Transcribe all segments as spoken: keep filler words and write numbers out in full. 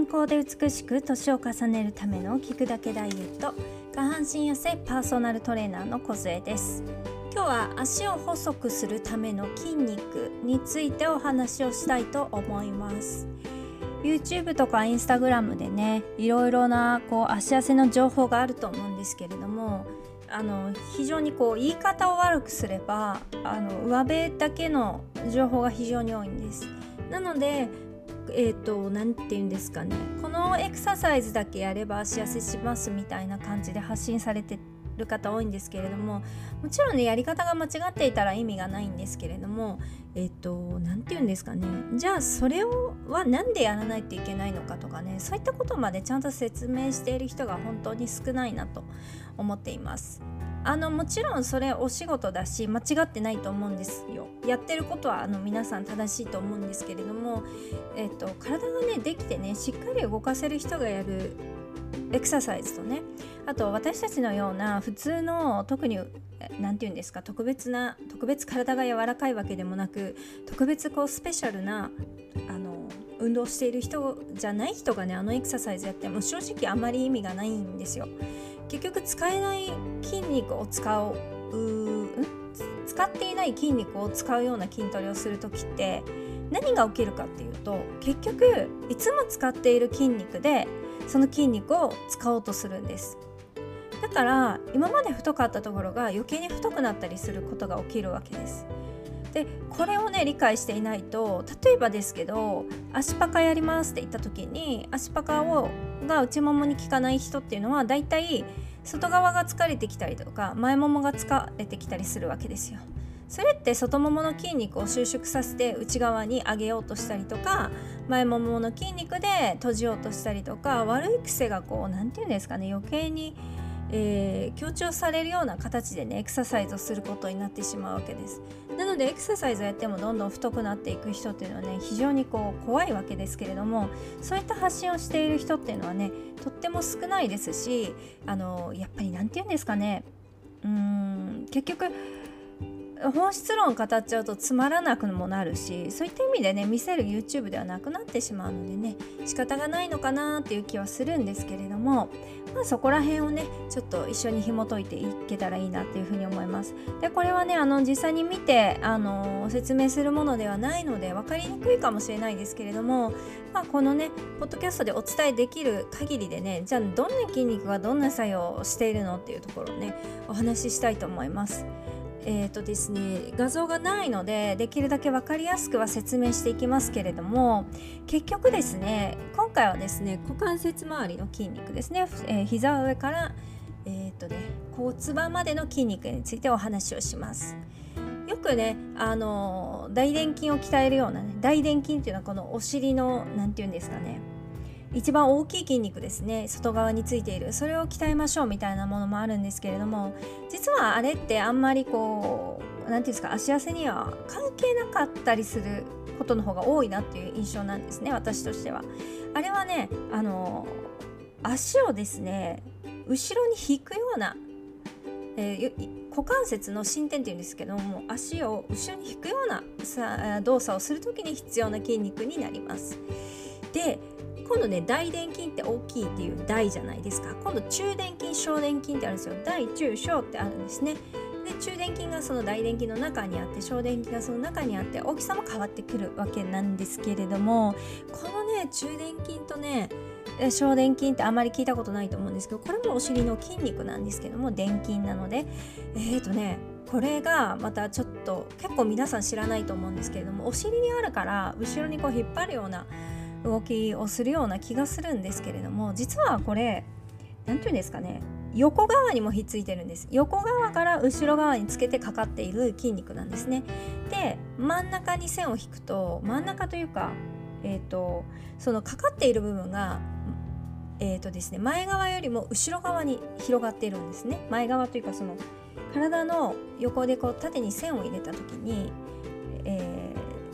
康で美しく年を重ねるための聞くだけダイエット、下半身痩せパーソナルトレーナーの梢です。今日は足を細くするための筋肉についてお話をしたいと思います。 YouTube とか Instagram でね、いろいろなこう足痩せの情報があると思うんですけれども、あの非常にこう言い方を悪くすればあの上辺だけの情報が非常に多いんです。なのでえーと、なんて言うんですかね、このエクササイズだけやれば足痩せしますみたいな感じで発信されてる方多いんですけれども、もちろんねやり方が間違っていたら意味がないんですけれども、えーと、なんて言うんですかね、じゃあそれをはなんでやらないといけないのかとかね、そういったことまでちゃんと説明している人が本当に少ないなと思っています。あのもちろんそれお仕事だし間違ってないと思うんですよ。やってることはあの皆さん正しいと思うんですけれども、えっと、体がねできてねしっかり動かせる人がやるエクササイズとね、あと私たちのような普通の特になんていうんですか、特別な特別体が柔らかいわけでもなく、特別こうスペシャルなあの運動している人じゃない人がねあのエクササイズやっても正直あまり意味がないんですよ。結局使えない筋肉を使う、うーん使っていない筋肉を使うような筋トレをするときって何が起きるかっていうと、結局いつも使っている筋肉でその筋肉を使おうとするんです。だから今まで太かったところが余計に太くなったりすることが起きるわけです。でこれをね理解していないと、例えばですけど足パカやりますって言った時に足パカをが内ももに効かない人っていうのはだいたい外側が疲れてきたりとか前ももが疲れてきたりするわけですよ。それって外ももの筋肉を収縮させて内側に上げようとしたりとか、前ももの筋肉で閉じようとしたりとか、悪い癖がこうなんていうんですかね、余計にえー、強調されるような形でねエクササイズをすることになってしまうわけです。なのでエクササイズをやってもどんどん太くなっていく人っていうのはね非常にこう怖いわけですけれども、そういった発信をしている人っていうのはねとっても少ないですし、あのやっぱりなんて言うんですかね、うーん結局本質論を語っちゃうとつまらなくもなるし、そういった意味でね見せる YouTube ではなくなってしまうのでね仕方がないのかなっていう気はするんですけれども、まあ、そこら辺をねちょっと一緒に紐解いていけたらいいなっていうふうに思います。でこれはねあの実際に見てあの説明するものではないので分かりにくいかもしれないですけれども、まあ、このねポッドキャストでお伝えできる限りでね、じゃあどんな筋肉がどんな作用をしているのっていうところをねお話ししたいと思います。えーとですね、画像がないのでできるだけ分かりやすくは説明していきますけれども、結局ですね今回はですね股関節周りの筋肉ですね、えー、膝上から、えーとね、骨盤までの筋肉についてお話をします。よくねあの大臀筋を鍛えるようなね、大臀筋っていうのはこのお尻のなんていうんですかね、一番大きい筋肉ですね、外側についている、それを鍛えましょうみたいなものもあるんですけれども、実はあれってあんまりこうなんていうんですか、足痩せには関係なかったりすることの方が多いなっていう印象なんですね、私としては。あれはねあの足をですね後ろに引くような、えー、股関節の伸展っていうんですけども、足を後ろに引くようなさ動作をするときに必要な筋肉になります。で今度ね大臀筋って大きいっていう大じゃないですか。今度中臀筋小臀筋ってあるんですよ。大中小ってあるんですね。で中臀筋がその大臀筋の中にあって、小臀筋がその中にあって、大きさも変わってくるわけなんですけれども、このね中臀筋とね小臀筋ってあまり聞いたことないと思うんですけど、これもお尻の筋肉なんですけども臀筋なので、えーとねこれがまたちょっと結構皆さん知らないと思うんですけれども、お尻にあるから後ろにこう引っ張るような動きをするような気がするんですけれども、実はこれなんていうんですかね、横側にもひっついてるんです。横側から後ろ側につけてかかっている筋肉なんですね。で真ん中に線を引くと、真ん中というか、えーと、そのかかっている部分が、えーとですね、前側よりも後ろ側に広がっているんですね。前側というかその体の横でこう縦に線を入れた時に、えー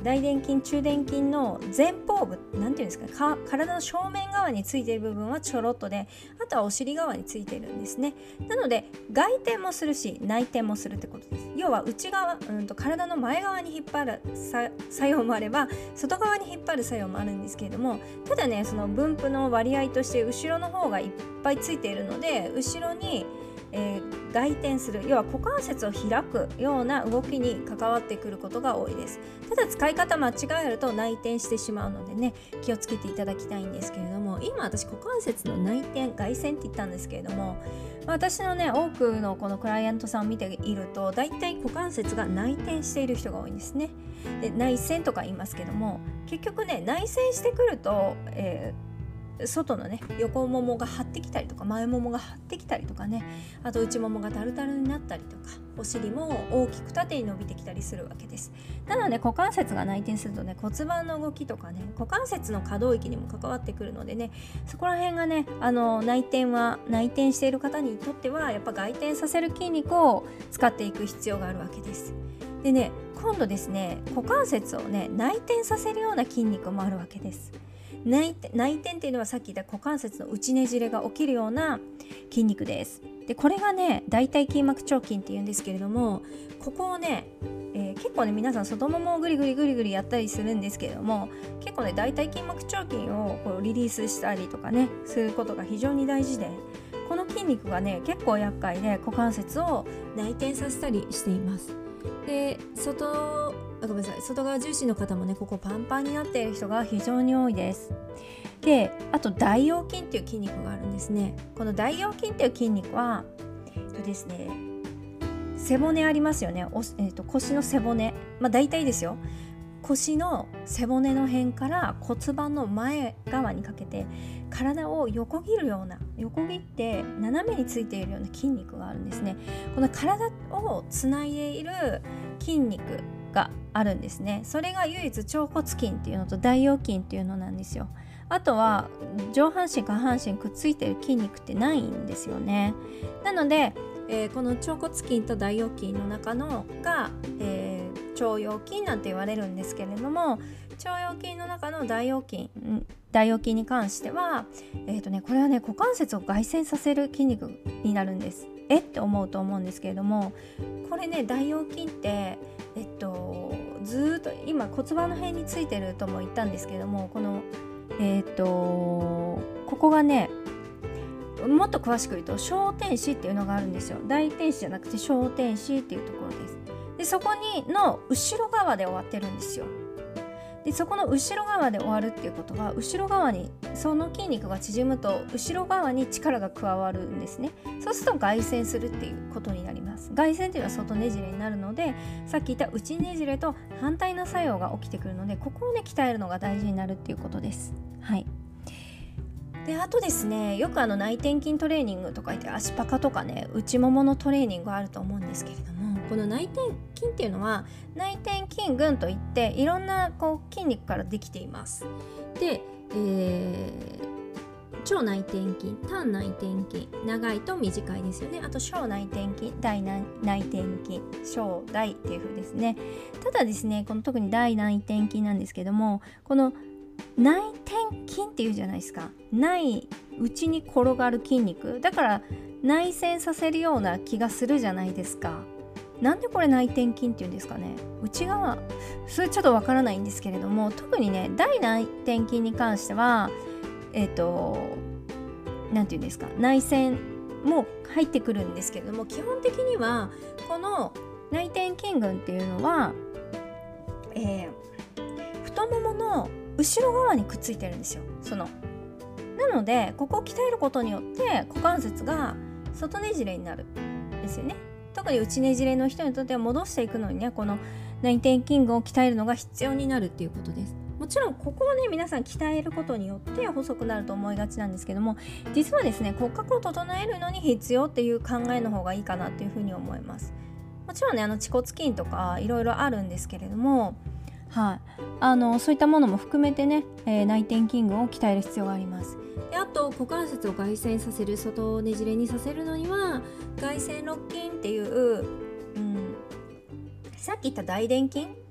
大臀筋中臀筋の前方部なんていうんですか、か体の正面側についている部分はちょろっとで、あとはお尻側についているんですね。なので外転もするし内転もするってことです。要は内側、うんと体の前側に引っ張る作用もあれば外側に引っ張る作用もあるんですけれども、ただねその分布の割合として後ろの方がいっぱいついているので、後ろにえー、外転する、要は股関節を開くような動きに関わってくることが多いです。ただ使い方間違えると内転してしまうのでね、気をつけていただきたいんですけれども、今私股関節の内転外旋って言ったんですけれども、私のね多くのこのクライアントさんを見ていると、だいたい股関節が内転している人が多いんですね。で内旋とか言いますけども、結局ね内旋してくると、えー外のね横ももが張ってきたりとか、前ももが張ってきたりとかね、あと内ももがタルタルになったりとか、お尻も大きく縦に伸びてきたりするわけです。なので股関節が内転するとね、骨盤の動きとかね、股関節の可動域にも関わってくるのでね、そこら辺がねあの内転は内転している方にとってはやっぱ外転させる筋肉を使っていく必要があるわけです。でね、今度ですね股関節をね内転させるような筋肉もあるわけです。内転、内転っていうのはさっき言った股関節の内ねじれが起きるような筋肉です。でこれがね大腿筋膜張筋っていうんですけれども、ここをね、えー、結構ね皆さん外ももをグリグリグリグリやったりするんですけれども、結構ね大腿筋膜張筋をこうリリースしたりとかねすることが非常に大事で、この筋肉がね結構厄介で股関節を内転させたりしています。で外ごめんなさい外側重心の方もねここパンパンになっている人が非常に多いです。であと大腰筋っていう筋肉があるんですね。この大腰筋っていう筋肉はえっとですね背骨ありますよね。お、えっと、腰の背骨、まあ大体ですよ、腰の背骨の辺から骨盤の前側にかけて体を横切るような、横切って斜めについているような筋肉があるんですね。この体をつないでいる筋肉があるんですね。それが唯一腸骨筋っていうのと大腰筋っていうのなんですよ。あとは上半身下半身くっついてる筋肉ってないんですよね。なので、えー、この腸骨筋と大腰筋の中のが、えー、腸腰筋なんて言われるんですけれども、腸腰筋の中の大腰筋大腰筋に関しては、えーとね、これはね股関節を外旋させる筋肉になるんです。えって思うと思うんですけれども、これね大腰筋ってえっとずっと今骨盤の辺についてるとも言ったんですけれども、このえっとここがねもっと詳しく言うと小天子っていうのがあるんですよ。大天子じゃなくて小天子っていうところです。でそこにの後ろ側で終わってるんですよ。でそこの後ろ側で終わるっていうことは、後ろ側にその筋肉が縮むと後ろ側に力が加わるんですね。そうすると外旋するっていうことになります。外旋っていうのは外ねじれになるので、さっき言った内ねじれと反対な作用が起きてくるので、ここをね鍛えるのが大事になるっていうことです。はい。であとですね、よくあの内転筋トレーニングとか言って足パカとかね内もものトレーニングがあると思うんですけれども、この内転筋っていうのは内転筋群といっていろんなこう筋肉からできています。で、えー、超内転筋、単内転筋、長いと短いですよね。あと小内転筋、大内転筋、小大っていう風ですね。ただですね、この特に大内転筋なんですけども、この内転筋っていうじゃないですか。内内に転がる筋肉だから内旋させるような気がするじゃないですか。なんでこれ内転筋っていうんですかね。内側それちょっとわからないんですけれども、特にね大内転筋に関してはえっとなんていうんですか、内旋も入ってくるんですけれども、基本的にはこの内転筋群っていうのは、えー、太ももの後ろ側にくっついてるんですよ。そのなのでここを鍛えることによって股関節が外ねじれになるんですよね。特に内ねじれの人にとっては戻していくのにね、この内転筋群を鍛えるのが必要になるっていうことです。もちろんここをね皆さん鍛えることによって細くなると思いがちなんですけども、実はですね骨格を整えるのに必要っていう考えの方がいいかなっていうふうに思います。もちろんねあの恥骨筋とかいろいろあるんですけれども、はい、あのそういったものも含めてね、えー、内転筋群を鍛える必要があります。であと股関節を外旋させる、外ねじれにさせるのには外旋肋筋っていう、うん、さっき言った大臀筋、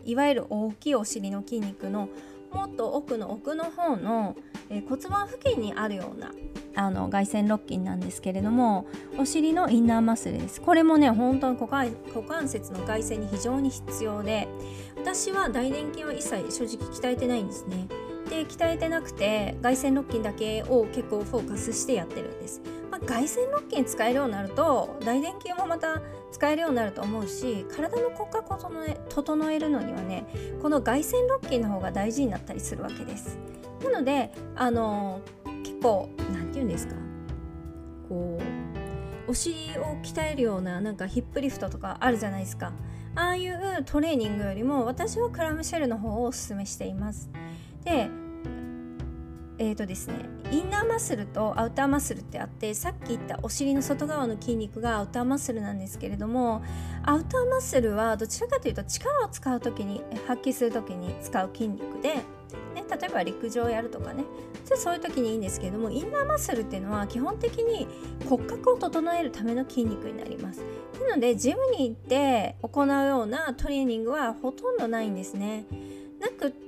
いわゆる大きいお尻の筋肉のもっと奥の奥の方の、えー、骨盤付近にあるようなあの外旋肋筋なんですけれども、お尻のインナーマッスルです。これもね本当に股関、股関節の外旋に非常に必要で、私は大臀筋は一切正直鍛えてないんですね。で鍛えてなくて外旋肋筋だけを結構フォーカスしてやってるんです。まあ、外旋肋筋使えるようになると大臀筋もまた使えるようになると思うし、体の骨格を整え、整えるのにはねこの外旋肋筋の方が大事になったりするわけです。なのであの結構なんて言うんですか、こうお尻を鍛えるようななんかヒップリフトとかあるじゃないですか。ああいうトレーニングよりも私はクラムシェルの方をおすすめしています。でえーとですね、インナーマッスルとアウターマッスルってあって、さっき言ったお尻の外側の筋肉がアウターマッスルなんですけれども、アウターマッスルはどちらかというと力を使う時に発揮する時に使う筋肉で、ね、例えば陸上をやるとかね、そういう時にいいんですけれども、インナーマッスルっていうのは基本的に骨格を整えるための筋肉になります。なのでジムに行って行うようなトレーニングはほとんどないんですね。なくって、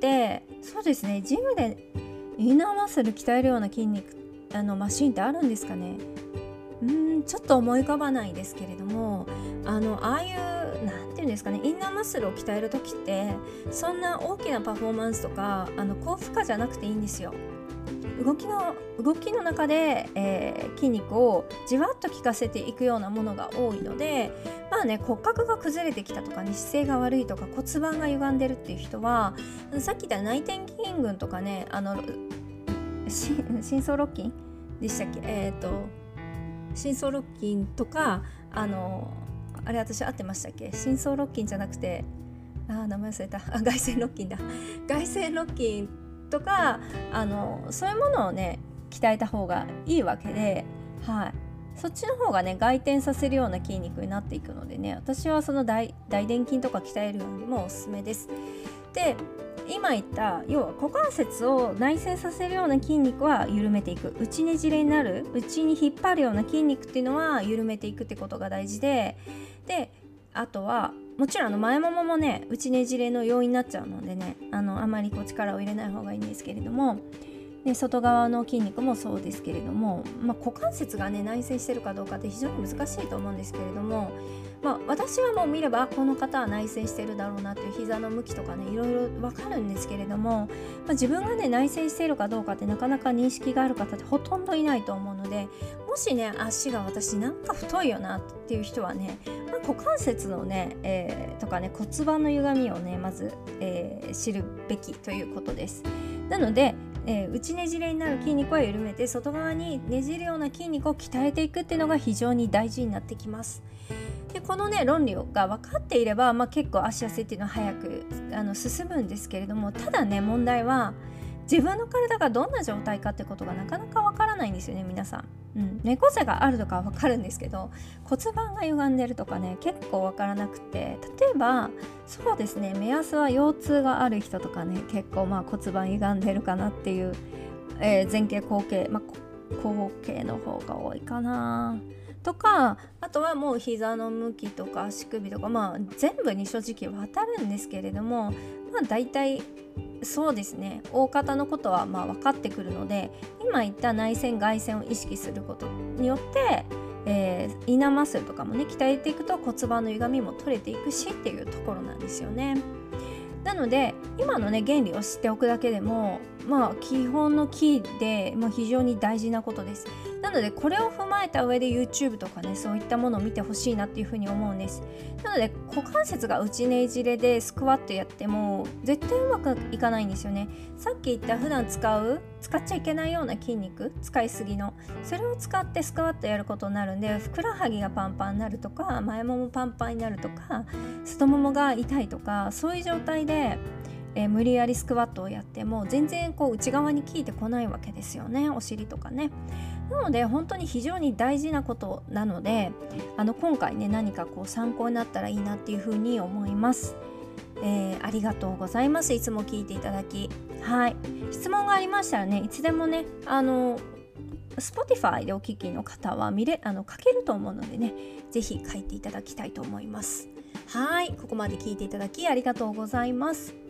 そうですね、ジムでインナーマッスル鍛えるような筋肉あのマシンってあるんですかね。うーんちょっと思い浮かばないですけれども、あのああいうなんていうんですかね、インナーマッスルを鍛える時ってそんな大きなパフォーマンスとかあの高負荷じゃなくていいんですよ。動きの動きの中で、えー、筋肉をじわっと効かせていくようなものが多いので、まあね、骨格が崩れてきたとか、ね、姿勢が悪いとか骨盤が歪んでるっていう人は、さっき言った内転筋群とかね、あの深層肋筋でしたっけ、えっ、ー、と深層肋筋とか、あのあれ私合ってましたっけ、深層肋筋じゃなくて、あ名前忘れた、あ外旋肋筋だ外旋肋筋とか、あのそういうものをね鍛えた方がいいわけで、はい、そっちの方がね外転させるような筋肉になっていくのでね、私はその 大, 大臀筋とか鍛えるよりもおすすめです。で今言った要は股関節を内旋させるような筋肉は緩めていく、内ねじれになる、内に引っ張るような筋肉っていうのは緩めていくってことが大事で、であとはもちろんあの前もももね内ねじれの要因になっちゃうのでね、あのあまりこう力を入れない方がいいんですけれども、で外側の筋肉もそうですけれども、まあ、股関節がね内旋してるかどうかって非常に難しいと思うんですけれども、まあ、私はもう見ればこの方は内旋してるだろうなっていう膝の向きとかねいろいろ分かるんですけれども、まあ、自分がね内旋しているかどうかってなかなか認識がある方ってほとんどいないと思うので、もしね足が私なんか太いよなっていう人はね、まあ、股関節のね、えー、とかね骨盤の歪みをねまず、えー、知るべきということです。なのでえー、内ねじれになる筋肉は緩めて外側にねじるような筋肉を鍛えていくっていうのが非常に大事になってきます。でこのね論理が分かっていれば、まあ、結構足痩せっていうのは早くあの進むんですけれども、ただね問題は自分の体がどんな状態かってことがなかなか分からないんですよね皆さん。うん、猫背があるとかは分かるんですけど骨盤が歪んでるとかね結構分からなくて、例えばそうですね目安は腰痛がある人とかね結構まあ骨盤歪んでるかなっていう、えー、前傾後傾、まあ、後傾の方が多いかなとか、あとはもう膝の向きとか足首とか、まあ全部に正直当たるんですけれども、まあ大体そうですね大方のことはまあ分かってくるので、今言った内旋外旋を意識することによって、えー、インナーマッスルとかもね鍛えていくと骨盤の歪みも取れていくしっていうところなんですよね。なので今のね原理を知っておくだけでもまあ基本のキーで、まあ、非常に大事なことです。なのでこれを踏まえた上で YouTube とかねそういったものを見てほしいなっていうふうに思うんです。なので股関節が内ねじれでスクワットやっても絶対うまくいかないんですよね。さっき言った普段使う使っちゃいけないような筋肉使いすぎのそれを使ってスクワットやることになるんで、ふくらはぎがパンパンになるとか前ももパンパンになるとか太ももが痛いとかそういう状態でえー、無理やりスクワットをやっても全然こう内側に効いてこないわけですよね、お尻とかね。なので本当に非常に大事なことなので、あの今回ね何かこう参考になったらいいなっていうふうに思います。えー、ありがとうございます。いつも聞いていただき、はい、質問がありましたらねいつでもねあの Spotify でお聞きの方は見れあの書けると思うのでねぜひ書いていただきたいと思います。 はい、ここまで聞いていただきありがとうございます。